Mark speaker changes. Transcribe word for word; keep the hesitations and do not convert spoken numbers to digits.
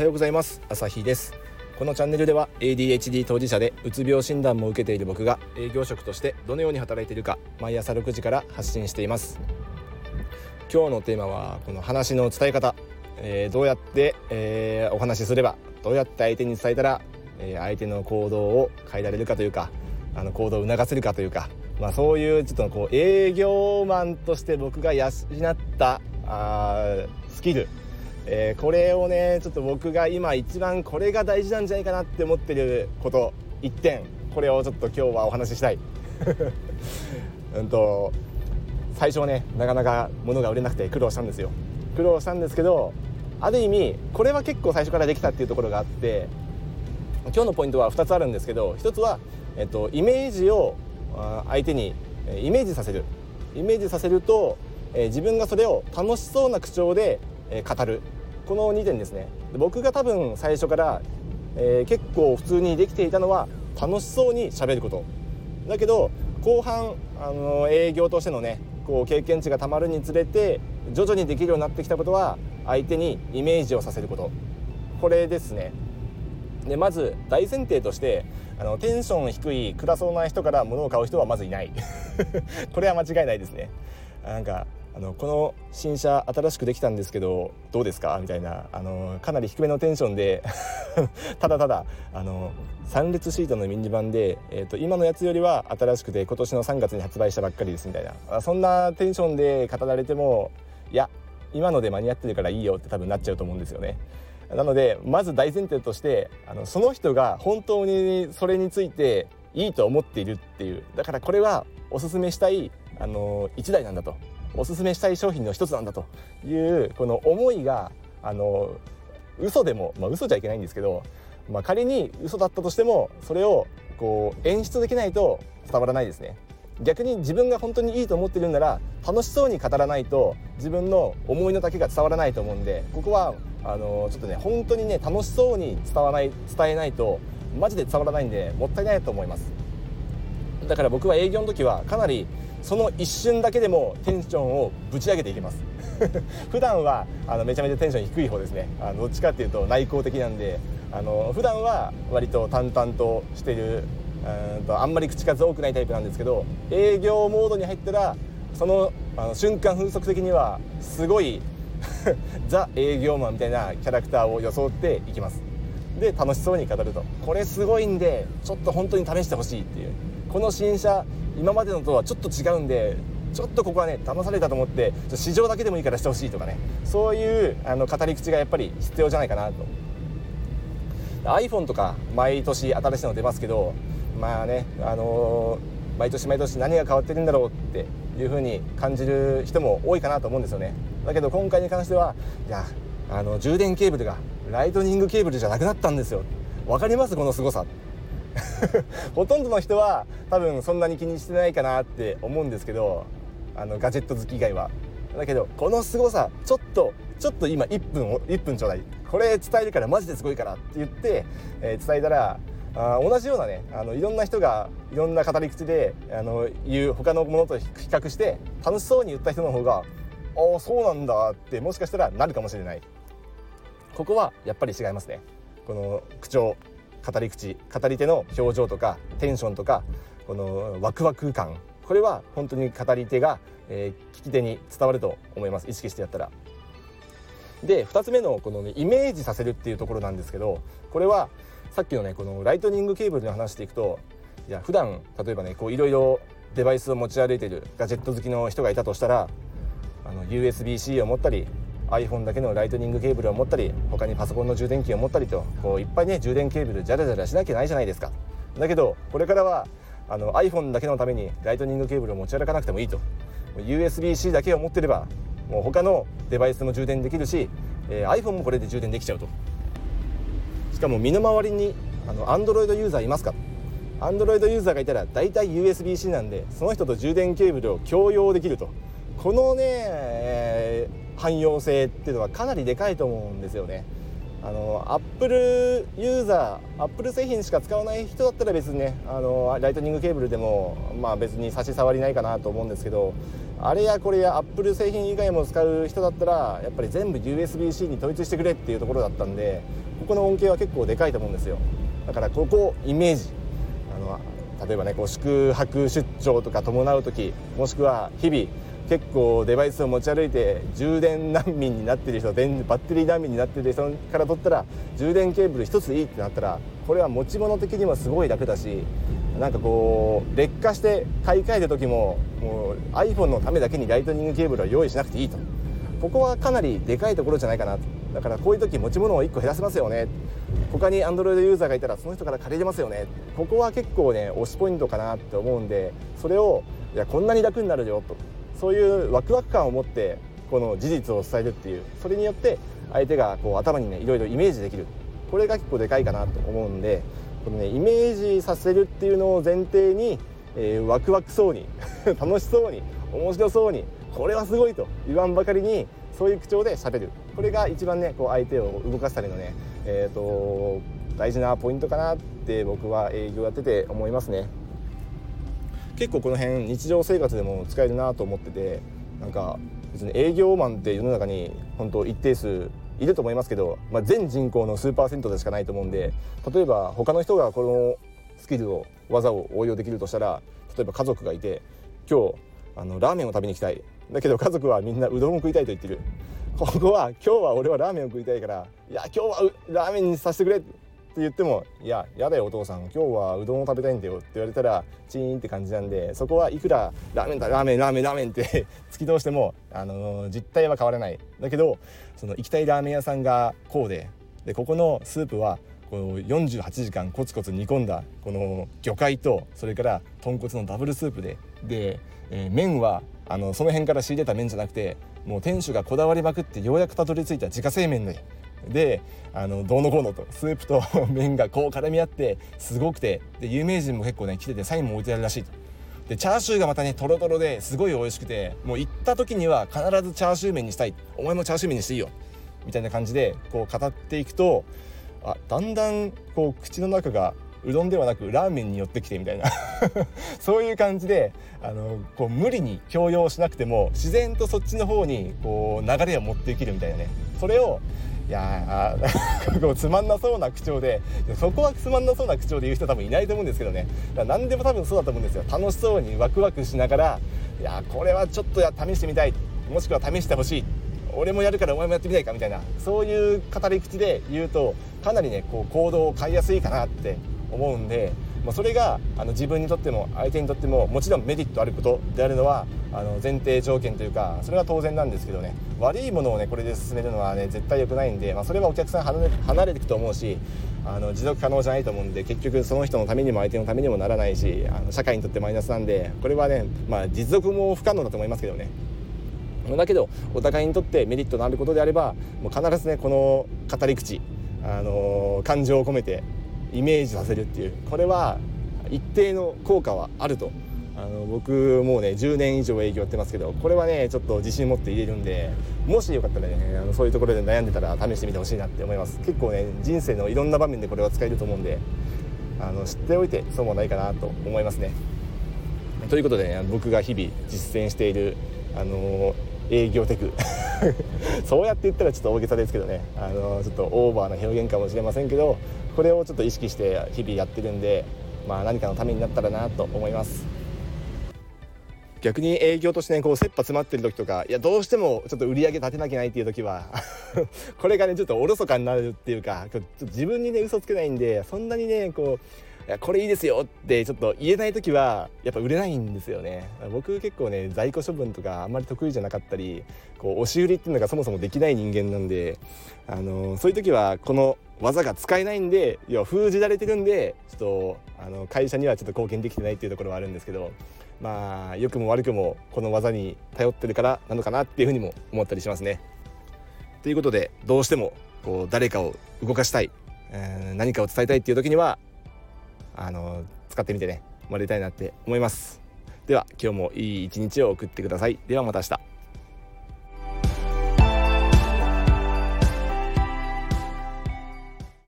Speaker 1: ようございます。朝日です。このチャンネルでは エーディーエイチディー 当事者でうつ病診断も受けている僕が営業職としてどのように働いているか毎朝ろくじから発信しています。今日のテーマはこの話の伝え方、えー、どうやって、えー、お話しすればどうやって相手に伝えたら、えー、相手の行動を変えられるかというかあの行動を促せるかというか、まあ、そういうちょっとこう営業マンとして僕が養ったあスキル、えー、これをねちょっと僕が今一番これが大事なんじゃないかなって思ってることいってん、これをちょっと今日はお話ししたいうんと最初はねなかなか物が売れなくて苦労したんですよ苦労したんですけど、ある意味これは結構最初からできたっていうところがあって、今日のポイントはふたつあるんですけど、ひとつは、えっと、イメージを相手にイメージさせるイメージさせると、えー、自分がそれを楽しそうな口調で、えー、語る、このにてんですね。僕が多分最初から、えー、結構普通にできていたのは楽しそうに喋ることだけど、後半あの営業としてのねこう経験値がたまるにつれて徐々にできるようになってきたことは相手にイメージをさせること、これですね。でまず大前提としてあのテンション低い暗そうな人から物を買う人はまずいないこれは間違いないですね。なんかあのこの新車新しくできたんですけどどうですかみたいな、あのかなり低めのテンションでただただあのさん列シートのミニバンで、えーと、今のやつよりは新しくて今年のさんがつに発売したばっかりですみたいな、そんなテンションで語られてもいや今ので間に合ってるからいいよって多分なっちゃうと思うんですよね。なのでまず大前提としてあのその人が本当にそれについていいと思っているっていう、だからこれはおすすめしたいあのいちだいなんだと、おすすめしたい商品の一つなんだというこの思いがあの嘘でも、まあ、嘘じゃいけないんですけど、まあ、仮に嘘だったとしてもそれをこう演出できないと伝わらないですね。逆に自分が本当にいいと思ってるんなら楽しそうに語らないと自分の思いの丈が伝わらないと思うんで、ここはあのちょっとね本当にね楽しそうに伝わらない伝えないとマジで伝わらないんでもったいないと思います。だから僕は営業の時はかなりその一瞬だけでもテンションをぶち上げていきます普段はあのめちゃめちゃテンション低い方ですね。あのどっちかっていうと内向的なんで、あの普段は割と淡々としている、うんとあんまり口数多くないタイプなんですけど、営業モードに入ったらその、あの瞬間風速的にはすごいザ営業マンみたいなキャラクターを装っていきます。で楽しそうに語ると、これすごいんでちょっと本当に試してほしいっていう、この新車今までのとはちょっと違うんでちょっとここはね騙されたと思って試乗だけでもいいからしてほしいとかね、そういうあの語り口がやっぱり必要じゃないかなと。 iPhone とか毎年新しいの出ますけど、まあねあのー、毎年毎年何が変わってるんだろうっていう風に感じる人も多いかなと思うんですよね。だけど今回に関してはいやあの充電ケーブルがライトニングケーブルじゃなくなったんですよ。わかりますこの凄さほとんどの人は多分そんなに気にしてないかなって思うんですけど、あのガジェット好き以外は。だけどこの凄さちょっとちょっと今いっぷんをいっぷんちょうだい、これ伝えるからマジですごいからって言って、えー、伝えたらあ同じようなねあのいろんな人がいろんな語り口であの言う他のものと比較して楽しそうに言った人の方がああそうなんだってもしかしたらなるかもしれない。ここはやっぱり違いますね。この口調語り口語り手の表情とかテンションとかこのワクワク感、これは本当に語り手が、えー、聞き手に伝わると思います。意識してやったら。でふたつめのこの、ね、イメージさせるっていうところなんですけど、これはさっきのねこのライトニングケーブルの話でいくと、いや普段例えばねこういろいろデバイスを持ち歩いているガジェット好きの人がいたとしたら、あの ユーエスビー-C を持ったり iPhone だけのライトニングケーブルを持ったり他にパソコンの充電器を持ったりとこういっぱいね充電ケーブルジャラジャラしなきゃないじゃないですか。だけどこれからはあの iPhone だけのためにライトニングケーブルを持ち歩かなくてもいいと、 ユーエスビー-C だけを持ってればもう他のデバイスも充電できるし、えー、iPhone もこれで充電できちゃうと。しかも身の回りにあの Android ユーザーいますか？ Android ユーザーがいたらだいたい ユーエスビー-C なんでその人と充電ケーブルを共用できると、このね、えー、汎用性っていうのはかなりでかいと思うんですよね。 あの Apple ユーザー Apple 製品しか使わない人だったら別にねあのライトニングケーブルでもまあ別に差し障りないかなと思うんですけど、あれやこれや Apple 製品以外も使う人だったらやっぱり全部 ユーエスビーシー に統一してくれっていうところだったんで、ここの恩恵は結構でかいと思うんですよ。だからここをイメージ、あの例えばねこう宿泊出張とか伴う時、もしくは日々結構デバイスを持ち歩いて充電難民になっている人、バッテリー難民になっている人から取ったら充電ケーブル一ついいってなったら、これは持ち物的にもすごい楽だし、なんかこう劣化して買い替える時ももう iPhone のためだけにライトニングケーブルを用意しなくていいと、ここはかなりでかいところじゃないかなと。だからこういう時持ち物をいっこ減らせますよね、他に Android ユーザーがいたらその人から借りれますよね、ここは結構ね推しポイントかなって思うんで、それをいやこんなに楽になるよと、そういうワクワク感を持ってこの事実を伝えるっていう、それによって相手がこう頭にねいろいろイメージできる、これが結構でかいかなと思うんで、このねイメージさせるっていうのを前提に、えー、ワクワクそうに楽しそうに面白そうにこれはすごいと言わんばかりにそういう口調で喋る、これが一番ねこう相手を動かすためのね、えー、と大事なポイントかなって僕は営業やってて思いますね。結構この辺日常生活でも使えるなと思ってて、なんか別に営業マンって世の中に本当一定数いると思いますけど、まあ、全人口の数パーセントでしかないと思うんで、例えば他の人がこのスキルを技を応用できるとしたら、例えば家族がいて今日あのラーメンを食べに行きたい、だけど家族はみんなうどんを食いたいと言ってる、ここは今日は俺はラーメンを食いたいから、いや今日はラーメンにさせてくれって言っても、いややだよお父さん今日はうどんを食べたいんだよって言われたらチーンって感じなんで、そこはいくらラーメンだラーメンラーメンラーメンって突き通しても、あのー、実態は変わらない。だけどその行きたいラーメン屋さんがこうで、でここのスープはこのよんじゅうはちじかんコツコツ煮込んだこの魚介とそれから豚骨のダブルスープで、で、えー、麺はあのその辺から仕入れた麺じゃなくて、もう店主がこだわりまくってようやくたどり着いた自家製麺で、であのどうのこうのとスープと麺がこう絡み合ってすごくて、で有名人も結構ね来ててサインも置いてあるらしいと。でチャーシューがまたねトロトロですごい美味しくて、もう行った時には必ずチャーシュー麺にしたい、お前もチャーシュー麺にしていいよみたいな感じでこう語っていくと、あだんだんこう口の中がうどんではなくラーメンに寄ってきてみたいなそういう感じで、あのこう無理に強要しなくても自然とそっちの方にこう流れを持っていけるみたいなね、それをいやーつまんなそうな口調で、そこはつまんなそうな口調で言う人多分いないと思うんですけどね、だから何でも多分そうだと思うんですよ。楽しそうにワクワクしながら、いやこれはちょっとや試してみたい、もしくは試してほしい、俺もやるからお前もやってみたいかみたいな、そういう語り口で言うとかなりねこう行動を変えやすいかなって思うんで、まあ、それがあの自分にとっても相手にとってももちろんメリットあることであるのはあの前提条件というか、それは当然なんですけどね、悪いものをねこれで進めるのはね絶対良くないんで、まあ、それはお客さん離れ、離れていくと思うし、あの持続可能じゃないと思うんで、結局その人のためにも相手のためにもならないし、あの社会にとってマイナスなんで、これはね、まあ、持続も不可能だと思いますけどね。だけどお互いにとってメリットのあることであれば、もう必ずねこの語り口、あのー、感情を込めてイメージさせるっていう、これは一定の効果はあると、あの僕もうねじゅうねん以上営業やってますけど、これはねちょっと自信持って入れるんで、もしよかったらねあのそういうところで悩んでたら試してみてほしいなって思います。結構ね人生のいろんな場面でこれは使えると思うんで、あの知っておいて損もないかなと思いますね。ということでね、僕が日々実践しているあのー営業テクそうやって言ったらちょっと大げさですけどね、あのちょっとオーバーな表現かもしれませんけど、これをちょっと意識して日々やってるんで、まあ何かのためになったらなと思います。逆に営業としてねこう切羽詰まってる時とか、いやどうしてもちょっと売り上げ立てなきゃないっていう時はこれがねちょっとおろそかになるっていうか、ちょっと自分にね嘘つけないんで、そんなにねこういやこれいいですよってちょっと言えないときはやっぱ売れないんですよね。僕結構ね在庫処分とかあんまり得意じゃなかったり、こう押し売りっていうのがそもそもできない人間なんで、あのー、そういう時はこの技が使えないんで、要は封じられてるんでちょっとあの会社にはちょっと貢献できてないっていうところはあるんですけど、まあ良くも悪くもこの技に頼ってるからなのかなっていうふうにも思ったりしますね。ということで、どうしてもこう誰かを動かしたい、えー、何かを伝えたいっていう時にはあの使ってみてねもらいたいなって思います。では今日もいい一日を送ってください。ではまた明日。